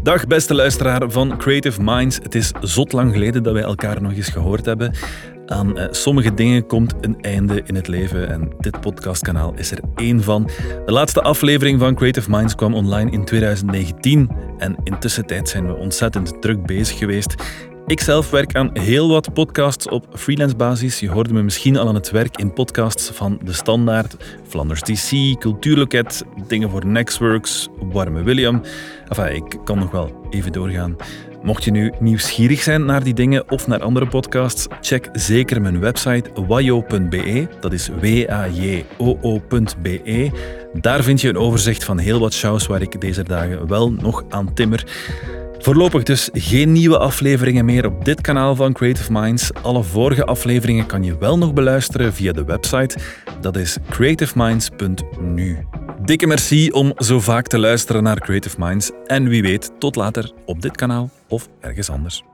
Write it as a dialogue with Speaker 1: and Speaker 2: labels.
Speaker 1: Dag beste luisteraar van Creative Minds. Het is zot lang geleden dat wij elkaar nog eens gehoord hebben. Aan sommige dingen komt een einde in het leven en dit podcastkanaal is er één van. De laatste aflevering van Creative Minds kwam online in 2019 en intussen tijd zijn we ontzettend druk bezig geweest. Ik zelf werk aan heel wat podcasts op freelance basis. Je hoorde me misschien al aan het werk in podcasts van De Standaard, Flanders DC, Cultuurloket, Dingen voor Nextworks, Warme William. Enfin, ik kan nog wel even doorgaan. Mocht je nu nieuwsgierig zijn naar die dingen of naar andere podcasts, check zeker mijn website wayo.be. Dat is wayo.be. Daar vind je een overzicht van heel wat shows waar ik deze dagen wel nog aan timmer. Voorlopig dus geen nieuwe afleveringen meer op dit kanaal van Creative Minds. Alle vorige afleveringen kan je wel nog beluisteren via de website. Dat is creativeminds.nu. Dikke merci om zo vaak te luisteren naar Creative Minds. En wie weet, tot later op dit kanaal of ergens anders.